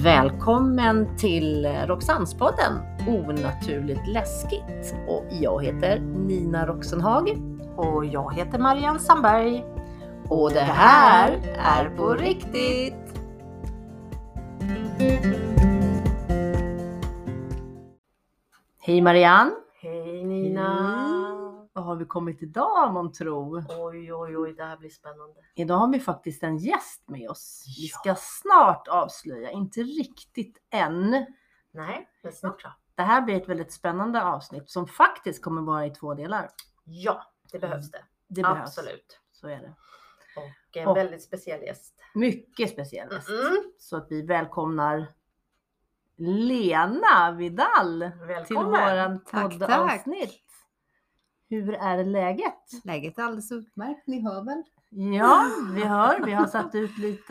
Välkommen till Roxannespodden Onaturligt läskigt. Och jag heter Nina Roxenhag. Och jag heter Marianne Sandberg. Och det här är på riktigt. Hej Marianne. Hej Nina. Vad har vi kommit idag månntro? Oj, det här blir spännande. Idag har vi faktiskt en gäst med oss. Vi ska snart avslöja, inte riktigt än. Nej, det är snart så. Det här blir ett väldigt spännande avsnitt som faktiskt kommer vara i 2 delar. Ja, det behövs det. Det behövs. Absolut. Så är det. Och en väldigt speciell gäst. Mycket speciell gäst. Så att vi välkomnar Lena Vidal till våran poddavsnitt. Hur är läget? Läget är alldeles utmärkt, ni hör väl? Ja, vi hör. Vi har satt ut lite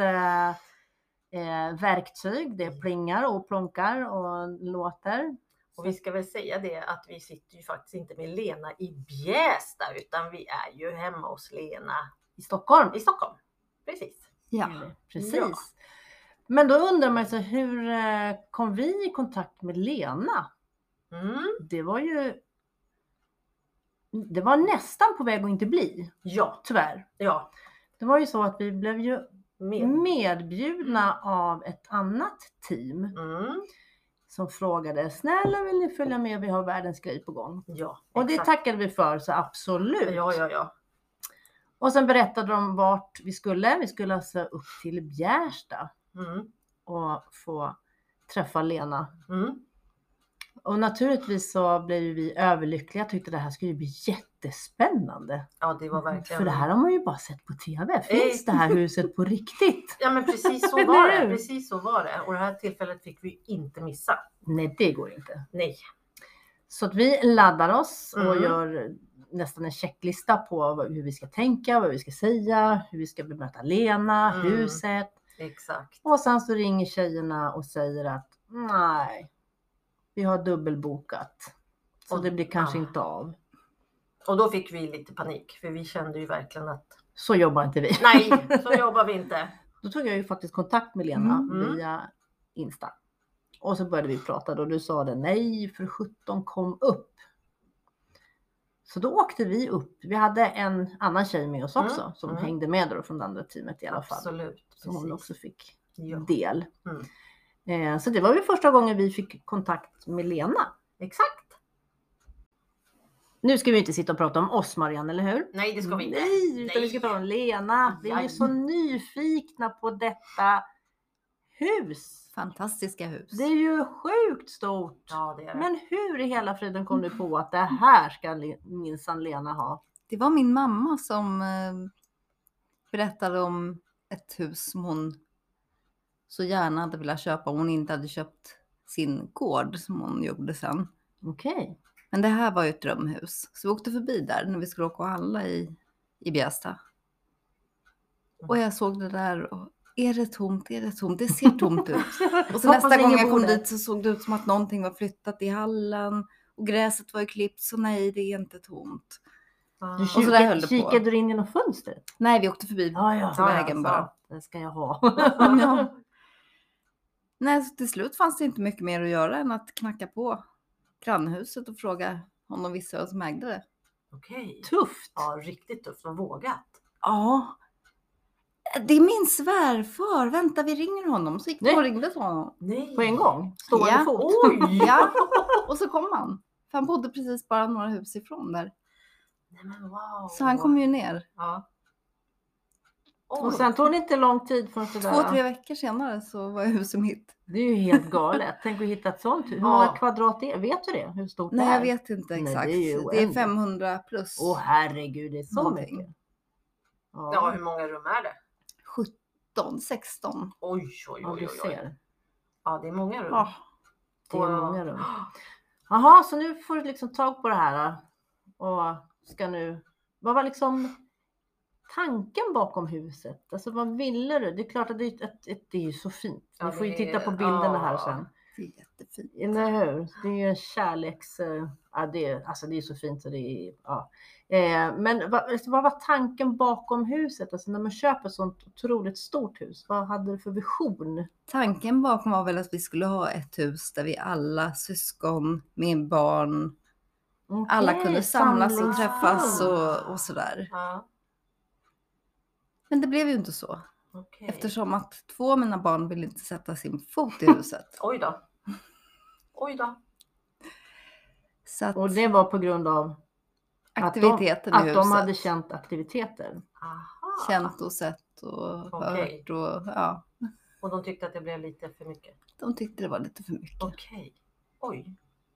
verktyg. Det plingar och plonkar och låter. Och vi ska väl säga det att vi sitter ju faktiskt inte med Lena i Bjästa, utan vi är ju hemma hos Lena i Stockholm. I Stockholm, precis. Ja, precis. Ja. Men då undrar man så, hur kom vi i kontakt med Lena? Det var nästan på väg att inte bli. Ja, tyvärr. Ja. Det var ju så att vi blev ju medbjudna av ett annat team som frågade, snälla vill ni följa med, vi har världens grej på gång. Ja, och det tackade vi för, så absolut. Ja. Och sen berättade de vart vi skulle. Vi skulle alltså upp till Bjärsta och få träffa Lena. Och naturligtvis så blev vi överlyckliga. Jag tyckte det här skulle bli jättespännande. Ja, det var verkligen. För det här har man ju bara sett på tv. Finns det här huset på riktigt? Ja, men precis så var det. Precis så var det. Och det här tillfället fick vi inte missa. Nej, det går inte. Nej. Så att vi laddar oss och gör nästan en checklista på hur vi ska tänka, vad vi ska säga, hur vi ska bemöta Lena, huset. Exakt. Och sen så ringer tjejerna och säger att nej, vi har dubbelbokat. Så det blir kanske inte av. Och då fick vi lite panik. För vi kände ju verkligen att så jobbar inte vi. Nej, så jobbar vi inte. Då tog jag ju faktiskt kontakt med Lena via Insta. Och så började vi prata och du sa det, nej för 17 kom upp. Så då åkte vi upp. Vi hade en annan tjej med oss också som hängde med då från det andra teamet i alla fall. Absolut. Så hon också fick del. Så det var ju första gången vi fick kontakt med Lena. Exakt. Nu ska vi inte sitta och prata om oss, Marianne, eller hur? Nej, det ska vi inte. Nej, utan vi ska prata om Lena. Vi är ju så nyfikna på detta hus. Fantastiska hus. Det är ju sjukt stort. Ja, det är det. Men hur i hela friden kom du på att det här ska minsann Lena ha? Det var min mamma som berättade om ett hus som hon så gärna hade velat köpa. Hon inte hade köpt sin gård som hon gjorde sen. Okej. Men det här var ju ett drömhus. Så vi åkte förbi där när vi skulle åka och handla i Bjästa. Och jag såg det där och är det tomt? Det ser tomt ut. Och så nästa gång jag kom dit så såg det ut som att någonting var flyttat i hallen. Och gräset var ju klippt, så nej, det är inte tomt. Och så där höll det på. Kikade du in genom fönstret? Nej, vi åkte förbi på vägen bara. Det ska jag ha. Ja. Nej, så till slut fanns det inte mycket mer att göra än att knacka på grannhuset och fråga om de visste vad som ägde det. Okej. Tufft. Ja, riktigt tufft och vågat. Ja. Det är min svärfar. Vänta, vi ringer honom. Så gick det och ringde till honom. Nej. På en gång? Stående fot? Oj! Ja. Och så kom han. För han bodde precis bara några hus ifrån där. Nej, men wow. Så han kom ju ner. Ja. Och sen tog det inte lång tid för sådär. 2-3 veckor senare så var huset mitt. Det är ju helt galet. Tänk att hitta ett sånt. Hur många kvadrat är? Vet du det? Hur stort det är? Nej, jag vet inte exakt. Nej, det är 500 plus. Åh herregud, det är så någonting. mycket. Ja, hur många rum är det? 17, 16. Oj. Du ser. Ja, det är många rum. Ja, det är många rum. Jaha, så nu får du liksom tag på det här. Och ska nu... Vad var liksom tanken bakom huset? Alltså vad ville du? Det är klart att det är ju så fint. Ni får ju titta på bilderna här sen. Det är jättefint. Eller hur? Det är kärleks... Ja, det är så fint. Så det är, ja. Men vad var tanken bakom huset? Alltså när man köper ett sånt otroligt stort hus, vad hade du för vision? Tanken bakom var väl att vi skulle ha ett hus där vi alla syskon med barn, alla kunde samlas och träffas och sådär. Ja. Men det blev ju inte så. Okay. Eftersom att 2 av mina barn ville inte sätta sin fot i huset. Oj då. Så att Och det var på grund av aktiviteten i att huset. de hade känt aktiviteter. Aha. Känt och sett och hört. Och, ja. Och de tyckte att det blev lite för mycket? De tyckte det var lite för mycket. Okej. Oj.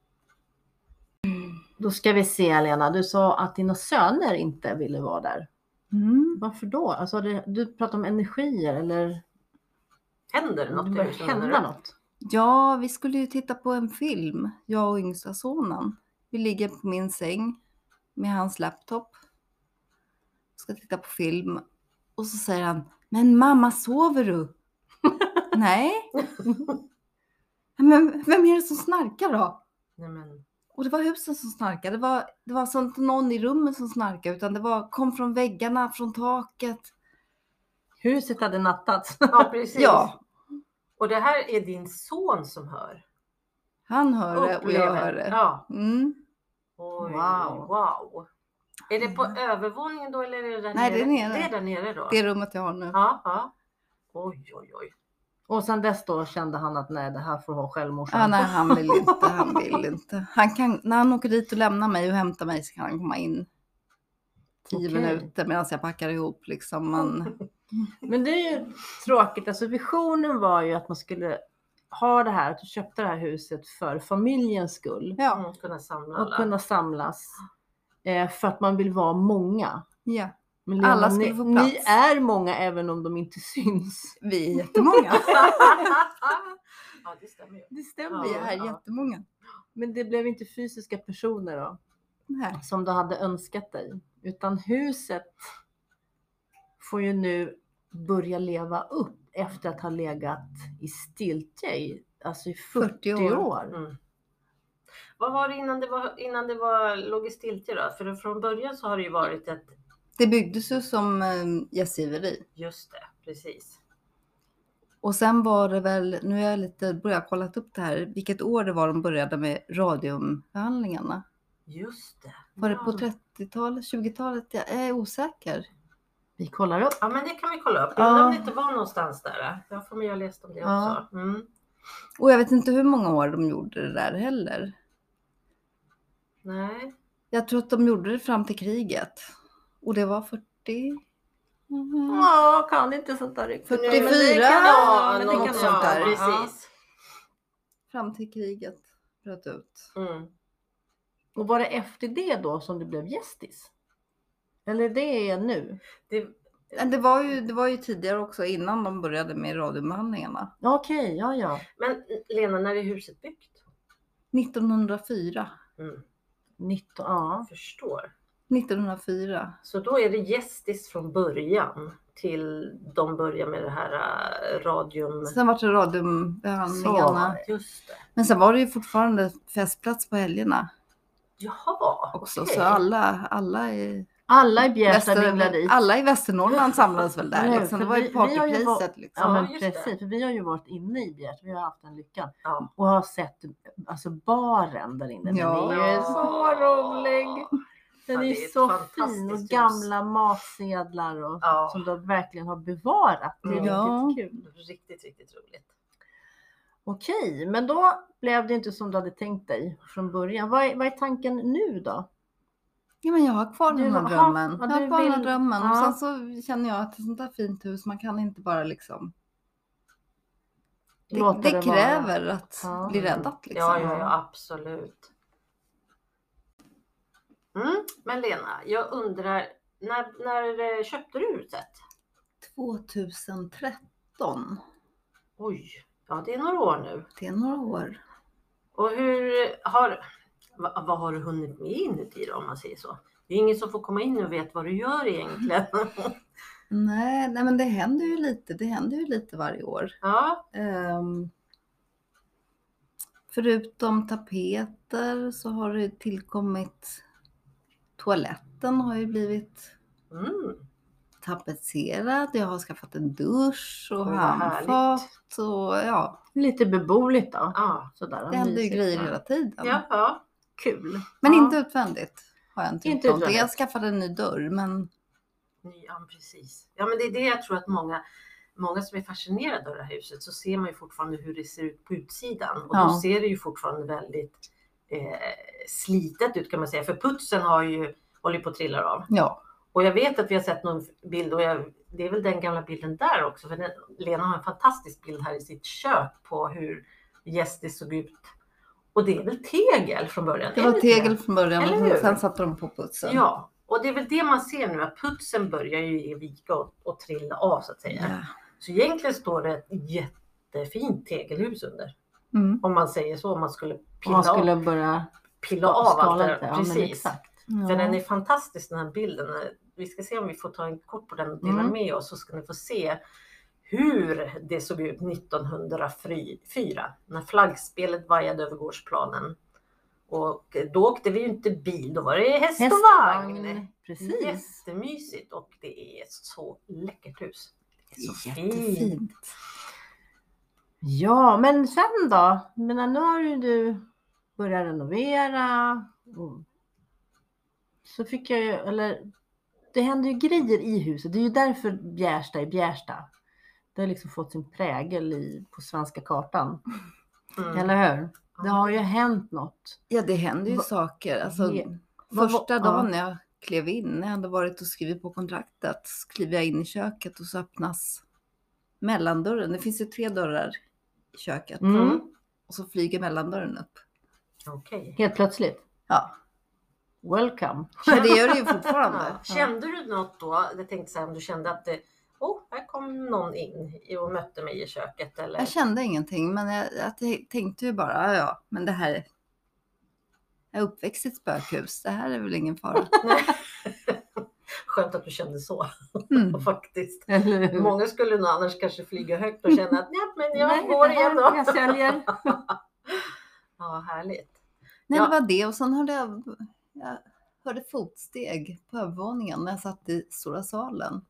Då ska vi se, Lena. Du sa att dina söner inte ville vara där. Varför då? Alltså du pratar om energier eller? Händer det något i huset? Hända något? Ja, vi skulle ju titta på en film. Jag och yngsta sonen. Vi ligger på min säng med hans laptop. Ska titta på film. Och så säger han: men mamma, sover du? Nej. Men vem är det som snarkar då? Nej, men... Och det var husen som snarkade. Det var sånt någon i rummet som snarkade. Utan det kom från väggarna, från taket. Huset hade nattat. Ja, precis. Ja. Och det här är din son som hör? Han hör det och jag hör det. Ja. Oj, wow. Är det på övervåningen då eller är det där Nej, nere? det är nere. Det är där nere då? Det rummet jag har nu. Ja. Oj. Och sen dess då kände han att nej, det här får ha självmorsan. Ja, nej, han vill inte. Han kan, när han åker dit och lämnar mig och hämtar mig så kan han komma in 10 minuter medan jag packar ihop liksom. Men det är ju tråkigt. Alltså visionen var ju att man skulle ha det här, att du köpte det här huset för familjens skull. Ja. Kunna samlas. För att man vill vara många. Ja. Men Lena, alla skulle få plats. Ni är många även om de inte syns. Vi är jättemånga. Ja, det stämmer ju. Det stämmer. Vi är jättemånga. Men det blev inte fysiska personer då. Nej. Som du hade önskat dig. Utan huset får ju nu börja leva upp efter att ha legat i stiltje i 40 år. Mm. Vad var det innan det låg i stiltje då? För från början så har det ju varit Det byggdes ju som gästgiveri. Just det, precis. Och sen var det väl, nu är jag börjat kolla upp det här, vilket år det var de började med radiumbehandlingarna. Just det. Var det på 30-talet, 20-talet? Jag är osäker. Vi kollar upp. Ja, men det kan vi kolla upp. Jag undrar om det inte var någonstans där. Jag får med, jag läst om det också. Och jag vet inte hur många år de gjorde det där heller. Nej. Jag tror att de gjorde det fram till kriget. Och det var 40... Ja, kan inte sånt där riktigt. 44. Men det kan något sånt där. Precis. Fram till kriget bröt ut. Och var det efter det då som det blev gästis? Eller det är nu? Det var ju tidigare också, innan de började med radiobehandlingarna. Okej, ja. Men Lena, när är huset byggt? 1904. 19, ja. Förstår. 1904. Så då är det gästis från början till de börjar med det här radium. Sen var det radiumbehandlingarna. Just det. Men sen var det ju fortfarande festplats på helgerna. Jaha, också. Okay. Så alla i Bjärsta vinglade dit. Alla i Västernorrland samlades väl där. Liksom. Det var ju partypriset. Liksom. Ja, men precis. För vi har ju varit inne i Bjärsta. Vi har haft den lyckan. Ja. Och har sett baren där inne. Ja. Den är ju så rolig. Den är så fin. Och gamla matsedlar. Och som de verkligen har bevarat. Det är riktigt kul. Riktigt, riktigt roligt. Okej, men då blev det inte som du hade tänkt dig från början. Vad är tanken nu då? Ja, men jag har kvar den här drömmen. Jag har kvar den här drömmen. Ja. Och sen så känner jag att ett sånt där fint hus, man kan inte bara liksom... Det kräver att bli räddat liksom. Ja, absolut. Men Lena, jag undrar, när köpte du huset? 2013. Oj, ja det är några år nu. Det är några år. Och vad har du hunnit med inuti då, om man säger så? Det är ingen som får komma in och vet vad du gör egentligen. Nej, men det händer ju lite. Det händer ju lite varje år. Ja. Förutom tapeter så har det tillkommit, toaletten har ju blivit tapetserad. Jag har skaffat en dusch och handfat och ja. Lite beboeligt då. Ja. Sådär, Det händer ju grejer hela tiden. Ja. Kul. Men inte utvändigt har jag inte gjort någonting. utvändigt. Jag skaffade en ny dörr men... Ja, precis. Ja, men det är det jag tror att många som är fascinerade av det här huset, så ser man ju fortfarande hur det ser ut på utsidan. Och då ser det ju fortfarande väldigt slitet ut kan man säga. För putsen håller på att trilla av. Ja. Och jag vet att vi har sett någon bild, och det är väl den gamla bilden där också. För Lena har en fantastisk bild här i sitt kök på hur gästet såg ut. Och det är väl tegel från början? Det var tegel från början, eller och sen satte de på putsen. Ja, och det är väl det man ser nu, att putsen börjar ju ge vika och trilla av så att säga. Ja. Så egentligen står det ett jättefint tegelhus under. Om man säger så, om man skulle börja pilla av allt det där. Ja, precis. Exakt. För den är fantastisk den här bilden. Vi ska se om vi får ta en kort på den och dela med oss, så ska ni få se hur det såg ut 1904 när flaggspelet vajade över gårdsplanen. Och då åkte vi ju inte bil, då var det häst och vagn. Precis. Jättemysigt, och det är så läckert hus. Det är så Jättefint. fint. Ja, men sen då? Men nu har ju du börjat renovera. Så fick jag ju, det händer ju grejer i huset. Det är ju därför Bjärsta är Bjärsta. Det har liksom fått sin prägel på svenska kartan. Eller hur? Det har ju hänt något. Ja, det händer ju saker. Alltså, första dagen när jag klev in, när jag hade varit och skrivit på kontraktet, så kliver jag in i köket och så öppnas mellandörren. Det finns ju 3 dörrar i köket. Och så flyger mellandörren upp. Okej. Helt plötsligt. Ja. Welcome. Men det gör det ju fortfarande. Ja. Kände du något då? Jag tänkte så här, om du kände att här kom någon in och mötte mig i köket, eller? Jag kände ingenting, men jag tänkte ju bara, ja, men det här, jag är uppväxt i ett spökhus. Det här är väl ingen fara. Skönt att du kände så, faktiskt. Eller Många skulle nog annars kanske flyga högt och känna att men jag går igen då. Jag säljer. Ja, härligt. Nej, det var det. Och sen jag hörde fotsteg på övervåningen när jag satt i stora salen.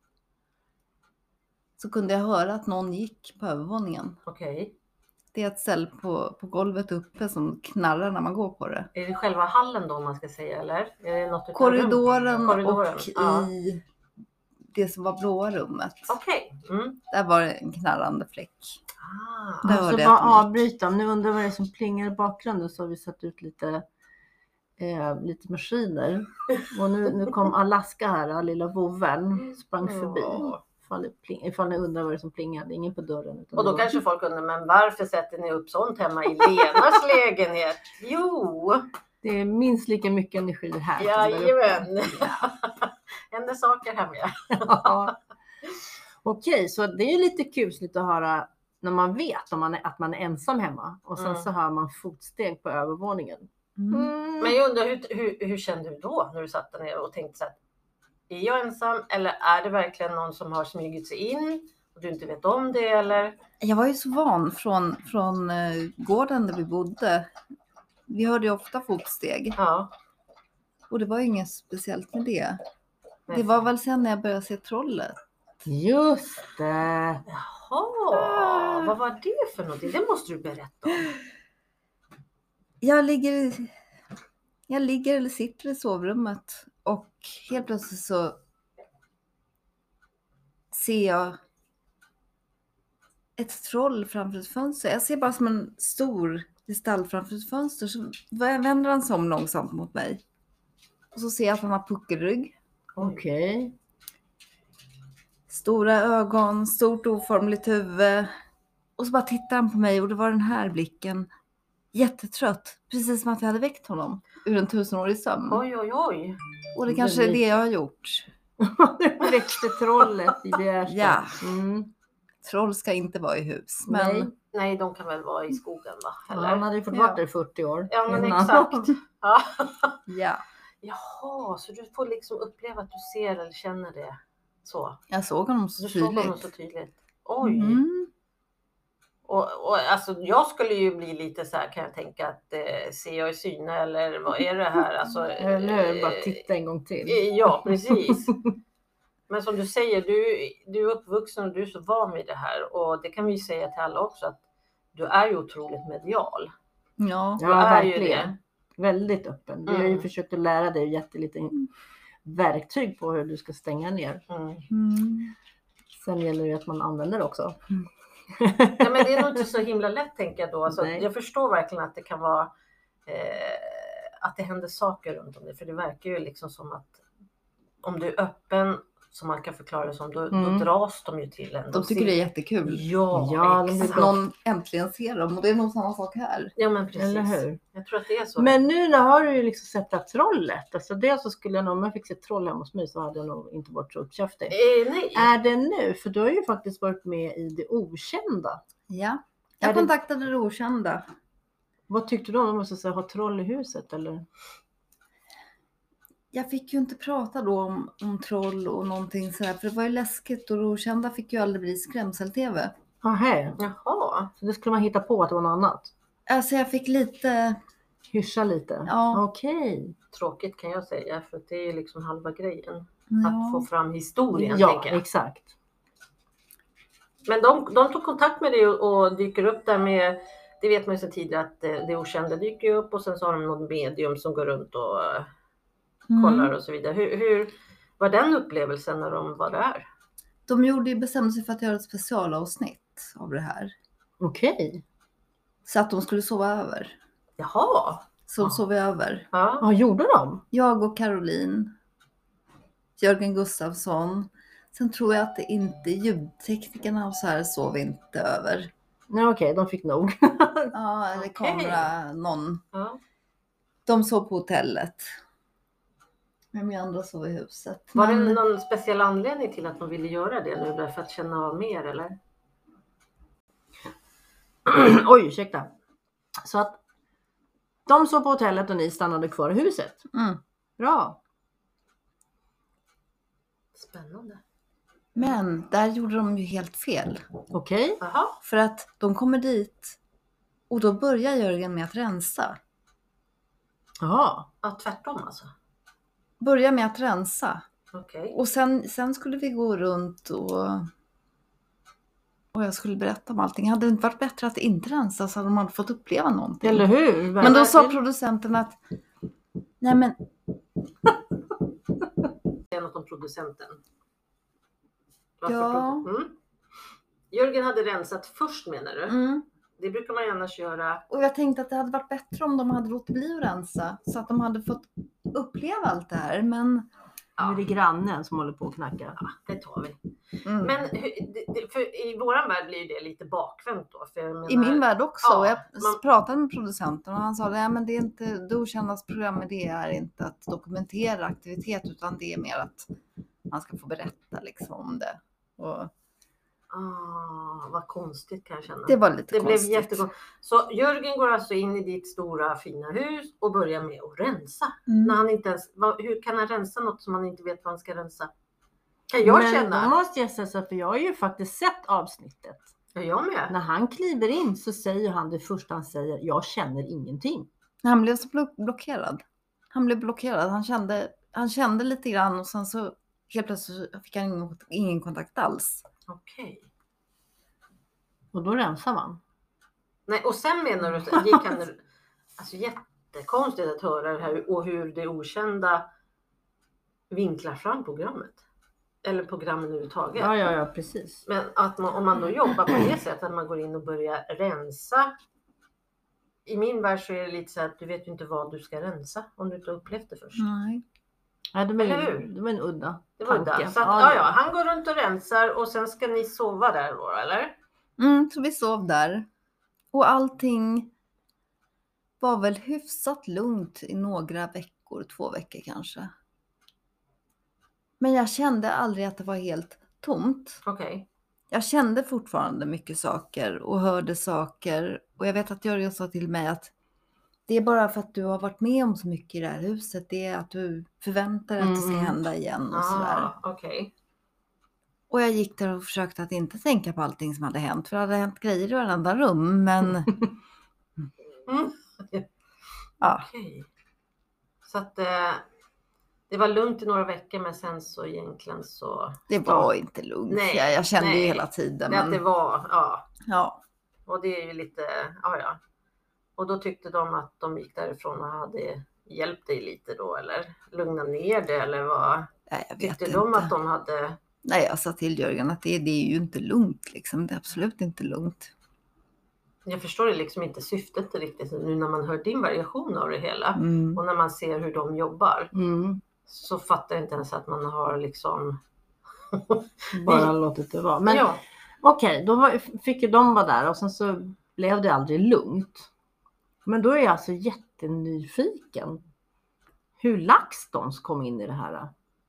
Så kunde jag höra att någon gick på övervåningen. Okej. Det är ett ställ på golvet uppe som knarrar när man går på det. Är det själva hallen då, om man ska säga, eller? Är det något Korridoren och ja. i det som var blåa rummet. Okej. Där var det en knarrande fläck. Så bara avbryta. Om ni undrar vad det är som plingar i bakgrunden, så har vi satt ut lite maskiner. Och nu kom Alaska här, lilla voven, sprang förbi. Ifall ni undrar vad det är som plingar. Det är ingen på dörren. Och då kanske folk undrar, men varför sätter ni upp sånt hemma i Lenas lägenhet? Jo! Det är minst lika mycket energi här. Jajamän! Händer saker hemma. Ja. Okej, så det är lite kusligt att höra när man vet att man är ensam hemma. Och sen så hör man fotsteg på övervåningen. Men jag undrar, hur kände du då när du satt där nere och tänkte så här, är jag ensam, eller är det verkligen någon som har smugit sig in och du inte vet om det, eller? Jag var ju så van från gården där vi bodde. Vi hörde ju ofta fotsteg. Ja. Och det var ju inget speciellt med det. Det var väl sen när jag började se trollet. Just det. Jaha, vad var det för någonting? Det måste du berätta om. Jag ligger eller sitter i sovrummet och helt plötsligt så ser jag ett troll framför ett fönster. Jag ser bara som en stor gestalt framför ett fönster, så vänder han sig om långsamt mot mig. Och så ser jag att han har puckelrygg. Okej. Stora ögon, stort oformligt huvud. Och så bara tittar han på mig och det var den här blicken. Jättetrött. Precis som att jag hade väckt honom ur en 1000-årig sömn. Oj. Och det kanske är det jag har gjort. Växte trollet i Bjärsta. Ja. Troll ska inte vara i hus. Men... Nej, de kan väl vara i skogen, va? Eller? Han hade ju fått vara där i 40 år. Ja, men exakt. Ja. Ja. Jaha, så du får liksom uppleva att du ser eller känner det så. Jag såg honom så du tydligt. Såg honom så tydligt. Oj. Och alltså, jag skulle ju bli lite så här, kan jag tänka, att ser jag i syne eller vad är det här? Alltså, eller bara titta en gång till. Ja, precis. Men som du säger, du är uppvuxen och du är så van vid det här. Och det kan vi ju säga till alla också, att du är ju otroligt medial. Ja, Du är verkligen. ju det. Väldigt öppen. Vi har ju försökt att lära dig jättelite verktyg på hur du ska stänga ner. Sen gäller det att man använder det också. Ja, men det är nog inte så himla lätt, tänker jag då. Alltså, jag förstår verkligen att det kan vara att det händer saker runt om det. För det verkar ju liksom som att om du är öppen, som man kan förklara det som, då dras de ju till en. De tycker det är jättekul. Ja, exakt. Någon äntligen ser dem, och det är nog samma sak här. Ja, men precis. Eller hur? Jag tror att det är så. Men nu har du ju liksom sett att trollet. Alltså det så skulle jag nog, om jag fick se ett troll hemma hos mig så hade jag nog inte varit så uppkäftig. Nej. Är det nu? För du har ju faktiskt varit med i det okända. Ja, jag kontaktade det okända. Vad tyckte du om? Måste säga, ha troll i huset eller? Jag fick ju inte prata då om troll och någonting sådär, för det var ju läskigt och det okända fick ju aldrig bli skrämsel-tv. Jaha. Så det skulle man hitta på att det var något annat? Alltså jag fick lite... Hyscha lite? Ja. Okej. Tråkigt kan jag säga, för det är ju liksom halva grejen. Ja. Att få fram historien, Ja, tänker jag. exakt. Men de tog kontakt med dig och dyker upp där med, det vet man ju sedan tidigare att det okända dyker upp, och sen så har de någon medium som går runt och kollar och så vidare. Hur var den upplevelsen när de var där? De bestämde sig för att göra ett specialavsnitt av det här. Okej. Så att de skulle sova över. Jaha. Så de sov över. Ja. Vad gjorde de? Jag och Caroline. Jörgen Gustafsson. Sen tror jag att det inte ljudteknikerna och så här sov inte över. Nej, okej, de fick nog. Ja, eller kamera, någon. Ja. De sov på hotellet. Men vi andra sov i huset. Var det någon speciell anledning till att de ville göra det nu? För att känna av mer, eller? Oj, ursäkta. Så att de sov på hotellet och ni stannade kvar i huset. Bra. Spännande. Men där gjorde de ju helt fel. Okej. Jaha. För att de kommer dit och då börjar Jörgen med att rensa. Jaha. Ja, tvärtom alltså. Börja med att rensa. Okej. Och sen skulle vi gå runt och jag skulle berätta om allting. Hade det inte varit bättre att inte rensa så hade de aldrig fått uppleva någonting? Eller hur? Men då sa producenten att nej men Det är något om producenten. ja. Jörgen hade rensat först, menar du? Det brukar man gärna köra. Och jag tänkte att det hade varit bättre om de hade låtit bli att rensa så att de hade fått uppleva allt det här. Men Nu är det grannen som håller på att knacka. Ja, det tar vi. Men för i våran värld blir det lite bakvänt då. För jag menar, i min värld också. Ja, och jag pratade med producenten och han sa att men det är inte det okändas program, det är inte att dokumentera aktivitet utan det är mer att man ska få berätta liksom om det. Och vad konstigt kan jag känna. det var lite det konstigt. blev jättekonstigt. Så Jörgen går alltså in i ditt stora fina hus och börjar med att rensa. När han inte ens, hur kan han rensa något som han inte vet vad han ska rensa? Kan jag känna? Men då måste jag säga så, för jag har ju faktiskt sett avsnittet. Ja, jag med. När han kliver in så säger han det första han säger: jag känner ingenting. Han blev så blockerad. Han blev blockerad. Han kände lite grann och sen så helt plötsligt fick han ingen kontakt alls. Okej. Och då rensar man. Nej, och sen menar du att det kan, alltså jättekonstigt att höra det här och hur det okända vinklar fram programmet. Eller programmen överhuvudtaget. Ja, precis. Men att om man då jobbar på det sättet att man går in och börjar rensa. I min värld så är det lite så att du vet ju inte vad du ska rensa om du inte upplevt det först. Nej. Ja, det Eller hur? var en udda Det var tanke. udda. Så att, han går runt och rensar och sen ska ni sova där då, eller? Så vi sov där. Och allting var väl hyfsat lugnt i några veckor, 2 veckor kanske. Men jag kände aldrig att det var helt tomt. Okej. Jag kände fortfarande mycket saker och hörde saker. Och jag vet att Jörgen sa till mig att det är bara för att du har varit med om så mycket i det här huset. Det är att du förväntar dig att det ska hända igen och sådär. Okej. Och jag gick där och försökte att inte tänka på allting som hade hänt. För det hade hänt grejer i varenda rum. Men ja. Okej. Så att det var lugnt i några veckor, men sen så egentligen så... Det var inte lugnt. Nej, jag kände nej. ju hela tiden. Men... Att det var, ja. Och det är ju lite, ja. Och då tyckte de att de gick därifrån och hade hjälpt dig lite då, eller lugna ner det, eller vad? Nej, jag vet tyckte inte. de att de hade... Nej, jag sa till Jörgen att det är ju inte lugnt liksom. Det är absolut inte lugnt. Jag förstår det liksom inte syftet riktigt nu när man hör din variation av det hela. Och när man ser hur de jobbar. Så fattar jag inte ens att man har liksom... bara låtit det vara. Men okej, då fick ju de vara där och sen så blev det aldrig lugnt. Men då är jag alltså jättenyfiken. Hur LaxTons kom in i det här?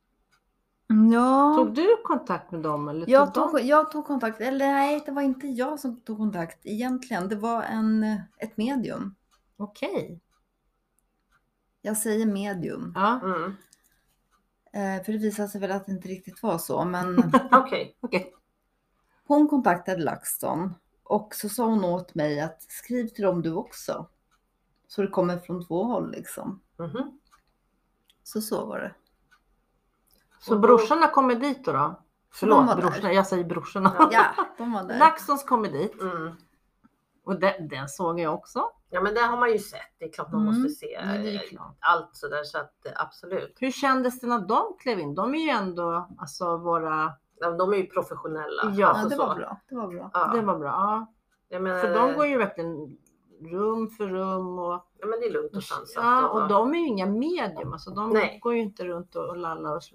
Ja. Tog du kontakt med dem? Eller jag tog kontakt. Eller nej, det var inte jag som tog kontakt egentligen. Det var ett medium. Okej. Jag säger medium. Ja. För det visade sig väl att det inte riktigt var så. Men Okej. hon kontaktade LaxTon. Och så sa hon åt mig att skriv till dem du också. Så det kommer från 2 håll liksom. Så var det. Så brorsorna kommer dit då? Förlåt, brorsorna. Jag säger brorsorna. Ja, de var där. LaxTons kommer dit. Och den såg jag också. Ja, men det har man ju sett. Det är klart man måste se allt sådär, så att absolut. Hur kändes det när de klev in? De är ju ändå alltså våra... Ja, de är ju professionella. Ja, alltså, det var bra. Ja. Det var bra, ja. Jag menar, för de går ju verkligen rum för rum. Och... Ja, men det är lugnt och sansat. Ja, och de är ju inga medium. Alltså, de går ju inte runt och lallar och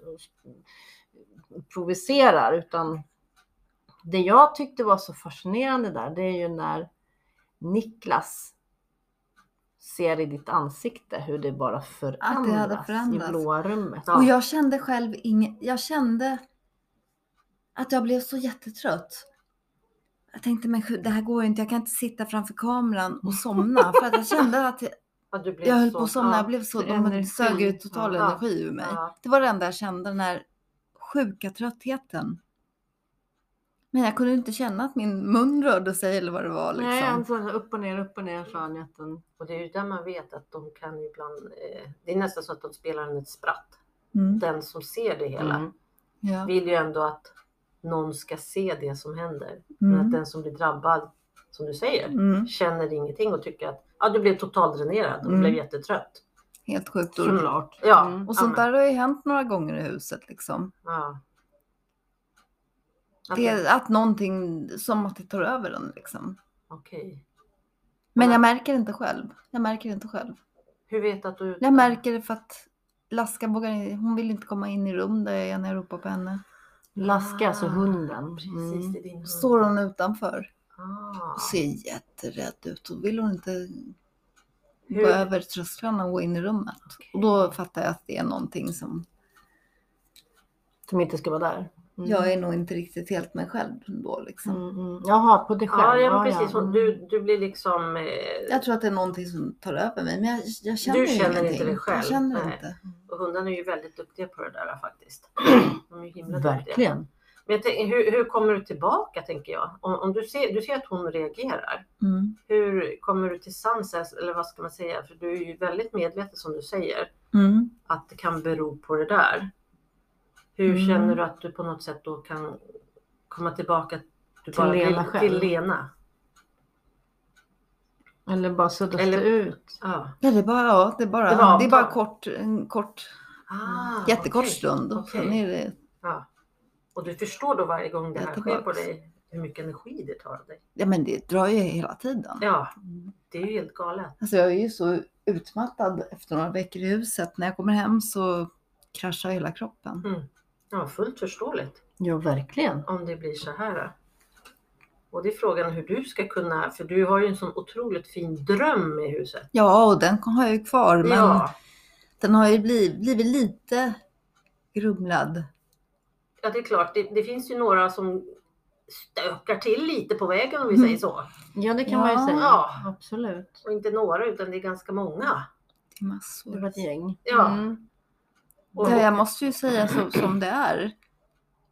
provocerar. Utan det jag tyckte var så fascinerande där, det är ju när Niklas ser i ditt ansikte hur det bara förändrats i blåa rummet. Ja. Och jag kände själv jag kände att jag blev så jättetrött. Jag tänkte, men det här går inte. Jag kan inte sitta framför kameran och somna. För att jag kände att jag höll på att somna. Jag blev så, de sög ut total energi ur mig. Ja. Det var det enda jag kände, den här sjuka tröttheten. Men jag kunde inte känna att min mun rörde sig eller vad det var. Liksom. Nej, alltså, upp och ner sa Anette. Och det är ju där man vet att de kan ibland... det är nästan så att de spelar en ett spratt. Den som ser det hela vill ju ändå att någon ska se det som händer. Men att den som blir drabbad, som du säger, känner ingenting och tycker att du blev totalt dränerad och blev jättetrött. Helt sjukt. Såklart. Ja. Och sånt där har ju hänt några gånger i huset liksom. Ja. Det är att någonting som att det tar över den liksom. Okej. Men jag märker inte själv. Hur vet att du... Jag märker det för att Laska hon vill inte komma in i rum där jag är när jag ropar på henne. Laska, alltså hunden. Precis, det är din hund. Står hon utanför. Och ser jätterädd ut. Och vill hon inte gå över trösklarna och gå in i rummet. Okay. Och då fattar jag att det är någonting som inte ska vara där. Jag är nog inte riktigt helt mig själv då liksom. Jaha, på dig själv. Ja, precis. Du blir liksom... Jag tror att det är någonting som tar över mig. Men jag känner du känner inte det själv. Jag känner inte. Och hundarna är ju väldigt duktiga på det där faktiskt. De är ju himla verkligen. Duktiga. Men jag tänker, hur kommer du tillbaka, tänker jag? Om du ser att hon reagerar. Hur kommer du till sans, eller vad ska man säga? För du är ju väldigt medveten, som du säger. Att det kan bero på det där. Hur känner du att du på något sätt då kan komma tillbaka till Lena? Eller bara suddas det ut? Ja, det är bara kort jättekort stund. Okay. Sen är det... Ja. Och du förstår då varje gång det här sker på dig hur mycket energi det tar av dig? Ja, men det drar ju hela tiden. Ja, det är ju helt galet. Alltså jag är ju så utmattad efter några veckor i huset. När jag kommer hem så kraschar hela kroppen. Ja, fullt förståeligt. Ja, verkligen. Om det blir så här. Och det är frågan hur du ska kunna, för du har ju en sån otroligt fin dröm i huset. Ja, och den har jag ju kvar, men den har ju blivit lite grumlad. Ja, det är klart. Det finns ju några som stökar till lite på vägen, om vi säger så. Ja, det kan man ju säga. Ja, absolut. Och inte några, utan det är ganska många. Det är massor. Det var ett gäng. Ja. Jag måste ju säga som det är.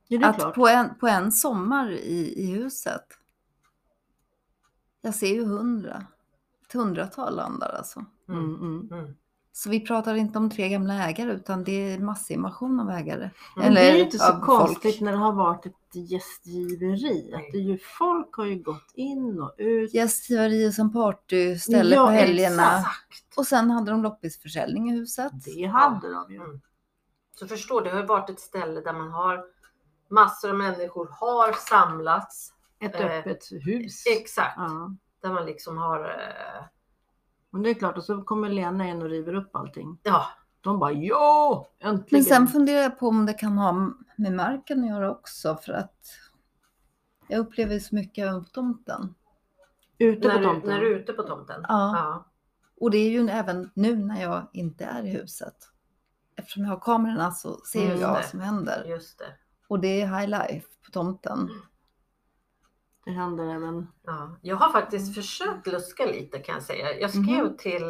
Ja, det är att klart. på en sommar i huset. Jag ser ju 100-tal andar alltså. Så vi pratar inte om 3 gamla ägare utan det är massinvasion av ägare. Men det är ju inte så av konstigt folk. när det har varit ett gästgiveri. Att det är ju, folk har ju gått in och ut. Gästgiveri som partyställe på helgerna. Exakt. Och sen hade de loppisförsäljning i huset. Det hade de ju. Så förstår du, det har ju varit ett ställe där man har massor av människor har samlats. Ett öppet hus. Exakt. Ja. Där man liksom har... Men det är klart, och så kommer Lena in och river upp allting. Ja. De bara, ja, äntligen. Men sen funderar jag på om det kan ha med marken att göra också. För att jag upplever så mycket även på tomten. Ute på tomten? När du är ute på tomten? Ja. Och det är ju även nu när jag inte är i huset. Eftersom jag har kamerorna så ser jag vad som händer. Just det. Och det är high life på tomten. Det händer även. Ja. Jag har faktiskt försökt luska lite kan jag säga. Jag skrev till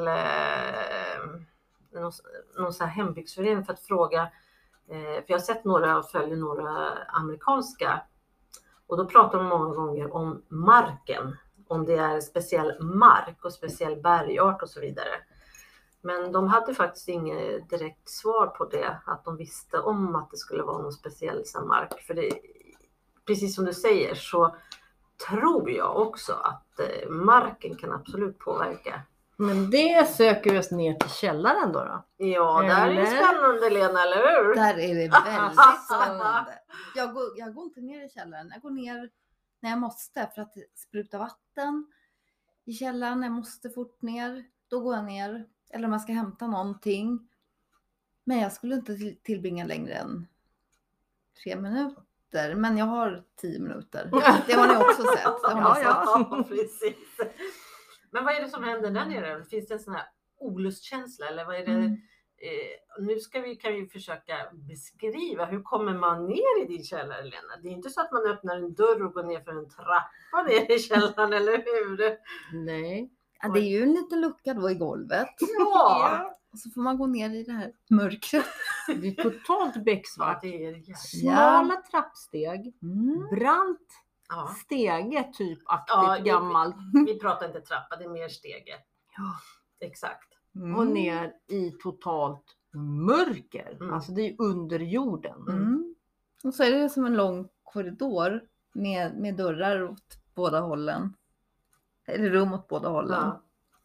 någon sån här hembygdsförening för att fråga. För jag har sett följer några amerikanska. Och då pratar de många gånger om marken. Om det är speciell mark och speciell bergart och så vidare. Men de hade faktiskt inget direkt svar på det. Att de visste om att det skulle vara någon speciell mark. För det, precis som du säger så tror jag också att marken kan absolut påverka. Men det söker vi oss ner till källaren då? Ja, där är det spännande Lena, eller hur? Där är det väldigt spännande. Jag går inte ner i källaren. Jag går ner när jag måste för att spruta vatten i källaren. Jag måste fort ner. Då går jag ner. Eller om jag ska hämta någonting. Men jag skulle inte tillbringa längre än 3 minuter. Men jag har 10 minuter. Det har ni också sett. Ja, precis. Men vad är det som händer där nere? Finns det en sån här olustkänsla? Eller vad är det? Nu kan vi försöka beskriva. Hur kommer man ner i din källare, Lena? Det är inte så att man öppnar en dörr och går ner för en trappa ner i källaren, eller hur? Nej. Ja, det är ju en liten lucka då i golvet. Ja. Och så får man gå ner i det här mörkret. Det är totalt becksvart. Ja, det är smala trappsteg. Brant stege typaktigt gammalt. Vi pratar inte trappa, det är mer stege. Ja. Exakt. Och ner i totalt mörker. Alltså det är under jorden. Och så är det som en lång korridor med dörrar åt båda hållen. Eller rum åt båda hållen. Ja.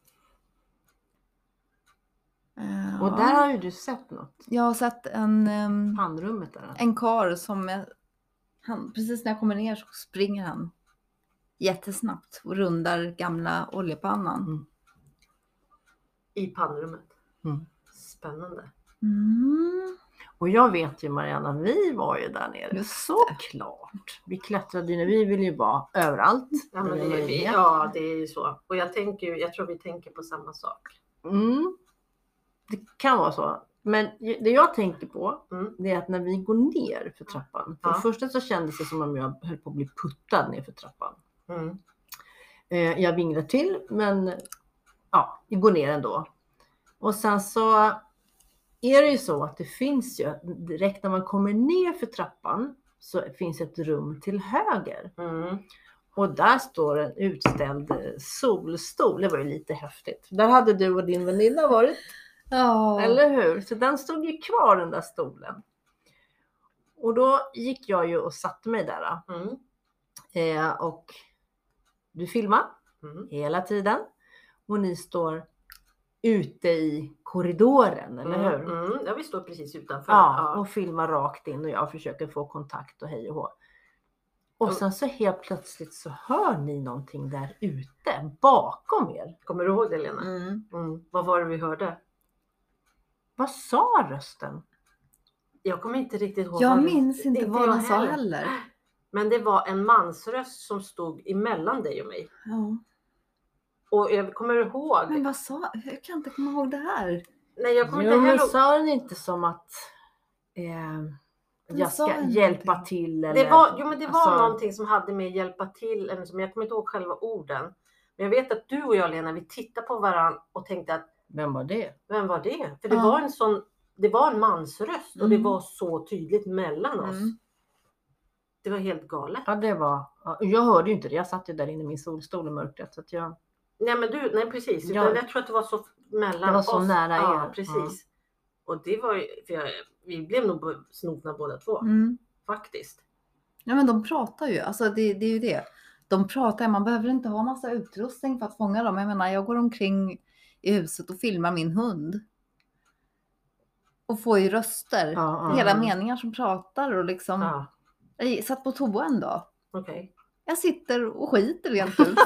Och där har ju du sett något. Jag har sett Pannrummet där. En karl som precis när jag kommer ner så springer han jättesnabbt och rundar gamla oljepannan. I pannrummet. Spännande. Och jag vet ju Marianna, vi var ju där nere. Såklart. Vi klättrade ju, vi vill ju vara överallt. Ja, men det är ju så. Och jag tror vi tänker på samma sak. Det kan vara så. Men det jag tänker på det är att när vi går ner för trappan. För det första så kändes det som om jag höll på att bli puttad ner för trappan. Jag vinglar till men vi går ner ändå. Och sen så är det ju så att det finns ju direkt när man kommer ner för trappan så finns ett rum till höger. Och där står en utställd solstol. Det var ju lite häftigt. Där hade du och din väninna varit. Ja. Eller hur? Så den stod ju kvar den där stolen. Och då gick jag ju och satte mig där. Och du filmar hela tiden. Och ni står ute i korridoren, eller hur? Ja, vi står precis utanför. Ja, och filmar rakt in och jag försöker få kontakt och hej och hå. Och sen så helt plötsligt så hör ni någonting där ute bakom er. Kommer du ihåg det, Lena? Vad var det vi hörde? Vad sa rösten? Jag kommer inte riktigt ihåg. Jag minns inte vad den sa heller. Men det var en mansröst som stod emellan dig och mig. Ja. Och jag kommer ihåg. Men vad sa? Jag kan inte komma ihåg det här. Nej, jag kommer inte men heller. sa den inte som att jag ska hjälpa till? Eller, det var någonting som hade med hjälpa till. Eller som, jag kommer inte ihåg själva orden. Men jag vet att du och jag, Lena, vi tittade på varandra och tänkte att vem var det? För det var det var en mansröst och det var så tydligt mellan oss. Det var helt galet. Ja, det var... Jag hörde ju inte det. Jag satt ju där inne i min solstol i mörkret. Så att jag... Nej, precis. Jag tror att det var så mellan oss. Det var så nära er. Ja, precis. Mm. Och det var ju... vi blev nog snopna båda två. Mm. Faktiskt. Ja, men de pratar ju. Alltså det är ju det. De pratar. Man behöver inte ha massa utrustning för att fånga dem. Jag menar, jag går omkring i huset och filmar min hund. Och får ju röster. Hela meningar som pratar och liksom... Ja. Jag satt på toa en dag. Okej. Jag sitter och skiter rent ut.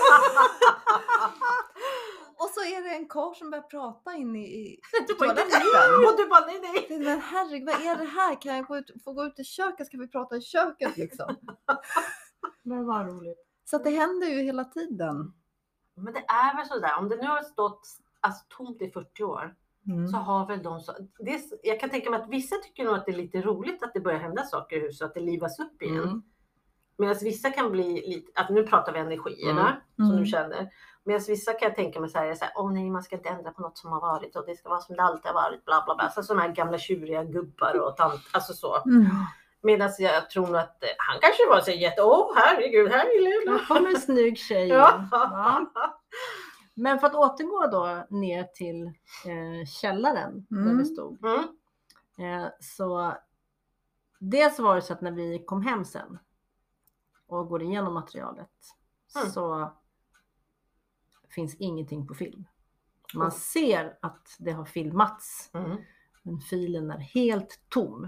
Och så är det en karl som börjar prata in i toaletten. Och du bara nej. Men herregud, vad är det här? Kan jag få gå ut i köket? Ska vi prata i köket liksom? Det var roligt. Så att det händer ju hela tiden. Men det är väl sådär. Om det nu har stått tomt i 40 år. Så har väl de så... jag kan tänka mig att vissa tycker nog att det är lite roligt att det börjar hända saker i huset. Att det livas upp igen. Medan vissa kan bli lite... Att nu pratar vi energierna som du känner. Medan vissa kan jag tänka mig så här, åh nej, man ska inte ändra på något som har varit. Och det ska vara som det alltid har varit. Bla bla bla. Alltså sådana här gamla tjuriga gubbar och alltså så. Medan jag tror att han kanske var så herregud, här är Lena. Nu kommer en snygg tjej. Ja. Men för att återgå då ner till källaren där vi stod. Så dels var det så att när vi kom hem sen och går igenom materialet så finns ingenting på film. Man ser att det har filmats. Men filen är helt tom.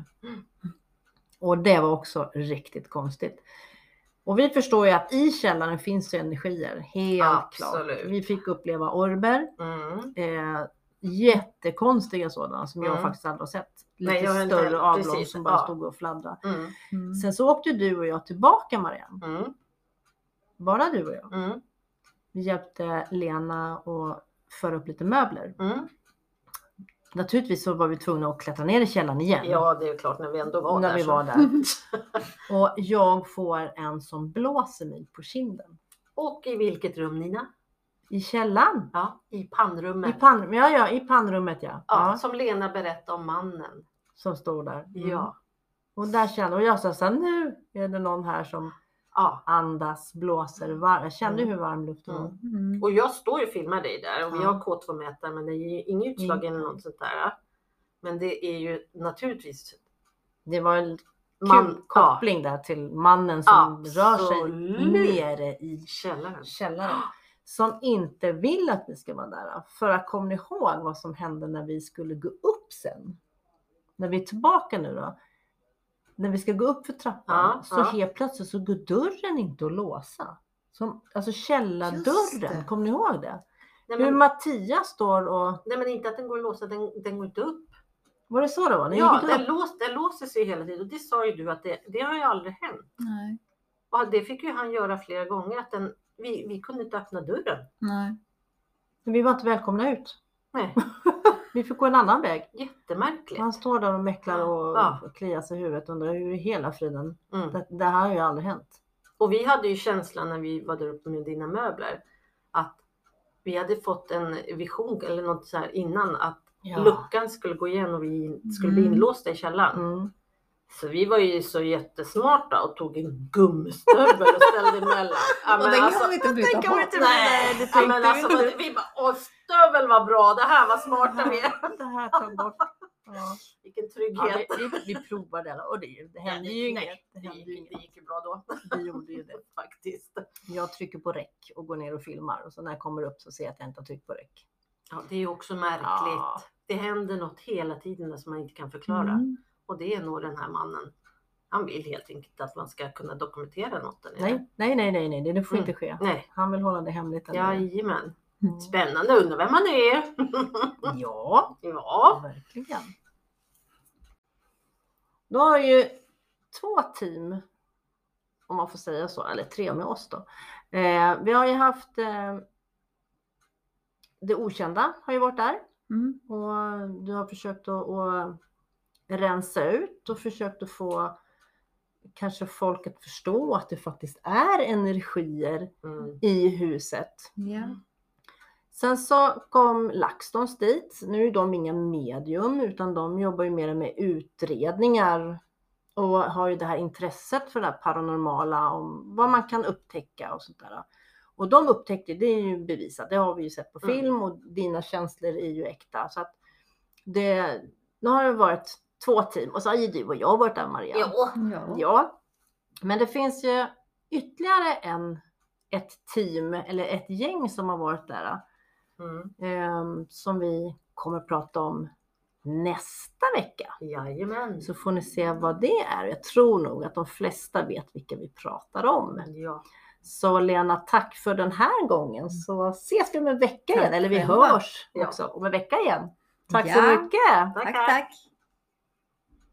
Och det var också riktigt konstigt. Och vi förstår ju att i källaren finns det energier. Helt klart. Vi fick uppleva orber. Jättekonstiga sådana som jag faktiskt aldrig har sett. Lite större avlång som bara stod och fladdra. Sen så åkte du och jag tillbaka, Marianne. Bara du och jag. Vi hjälpte Lena att föra upp lite möbler. Naturligtvis så var vi tvungna att klättra ner i källaren igen. Ja, det är klart när vi ändå var när där. Vi var där. Och jag får en som blåser mig på kinden. Och i vilket rum, Nina? I källaren. Ja, i pannrummet. I pannrummet, ja. Som Lena berättade om mannen. Som stod där. Ja. Och där kände och jag sa så här, nu är det någon här som andas, blåser, jag kände hur varm luften var. Och jag står ju och filmar dig där och vi har K2-mätare men det är ju inget utslag eller något sånt där. Men det är ju naturligtvis... Det var en koppling där till mannen som rör sig nere i källaren. Som inte vill att vi ska vara där. För att komma ihåg vad som hände när vi skulle gå upp sen. När vi är tillbaka nu då. När vi ska gå upp för trappan så helt plötsligt så går dörren inte att låsa. Alltså källardörren, kommer ni ihåg det? Nej, hur Mattias står och... Nej men inte att den går att låsa, den går inte upp. Var det så det var? Den låser sig hela tiden och det sa ju du att det har ju aldrig hänt. Nej. Och det fick ju han göra flera gånger att vi kunde inte öppna dörren. Nej. Men vi var inte välkomna ut. Nej. Vi fick gå en annan väg. Jättemärkligt. Han står där och mäcklar och kliar sig i huvudet och undrar hur i hela friden. Det här har ju aldrig hänt. Och vi hade ju känslan när vi var där uppe med dina möbler. Att vi hade fått en vision eller något så här innan. Att luckan skulle gå igen och vi skulle bli inlåsta i källaren. Så vi var ju så jättesmarta och tog en gummistövel och ställde emellan. Och den kan vi inte byta på. Nej, det tänkte vi inte. Vi bara, stövel var bra, det här var smarta vi är. Det här tar bort. Ja. Vilken trygghet. Ja, vi provade det och det hände ju inget. Det gick ju bra då. Vi gjorde ju det faktiskt. Jag trycker på räck och går ner och filmar. Och så när jag kommer upp så ser jag att jag inte har tryckt på räck. Ja, det är ju också märkligt. Ja. Det händer något hela tiden som man inte kan förklara. Och det är nog den här mannen. Han vill helt enkelt att man ska kunna dokumentera något. Nej. Det får inte ske. Nej. Han vill hålla det hemligt. Jajamän. Spännande, undrar vem man är. Ja, verkligen. Då har ju 2 team, om man får säga så, eller 3 med oss då. Vi har ju haft det okända har ju varit där. Och du har försökt att rensa ut och försökt att få kanske folk att förstå att det faktiskt är energier i huset. Sen så kom LaxTons dit. Nu är de inga medium utan de jobbar ju mer med utredningar och har ju det här intresset för det här paranormala, om vad man kan upptäcka och sånt där. Och de upptäckte, det är ju bevisat, det har vi ju sett på film och dina känslor är ju äkta. Så att nu har det varit 2 team och så har ju du och jag varit där, Maria. Ja. Men det finns ju ytterligare ett team eller ett gäng som har varit där. Som vi kommer att prata om nästa vecka. Jajamän. Så får ni se vad det är. Jag tror nog att de flesta vet vilka vi pratar om. Ja. Så Lena, tack för den här gången. Så ses vi om en vecka igen. Eller vi hörs också om en vecka igen. Tack så mycket. Tack.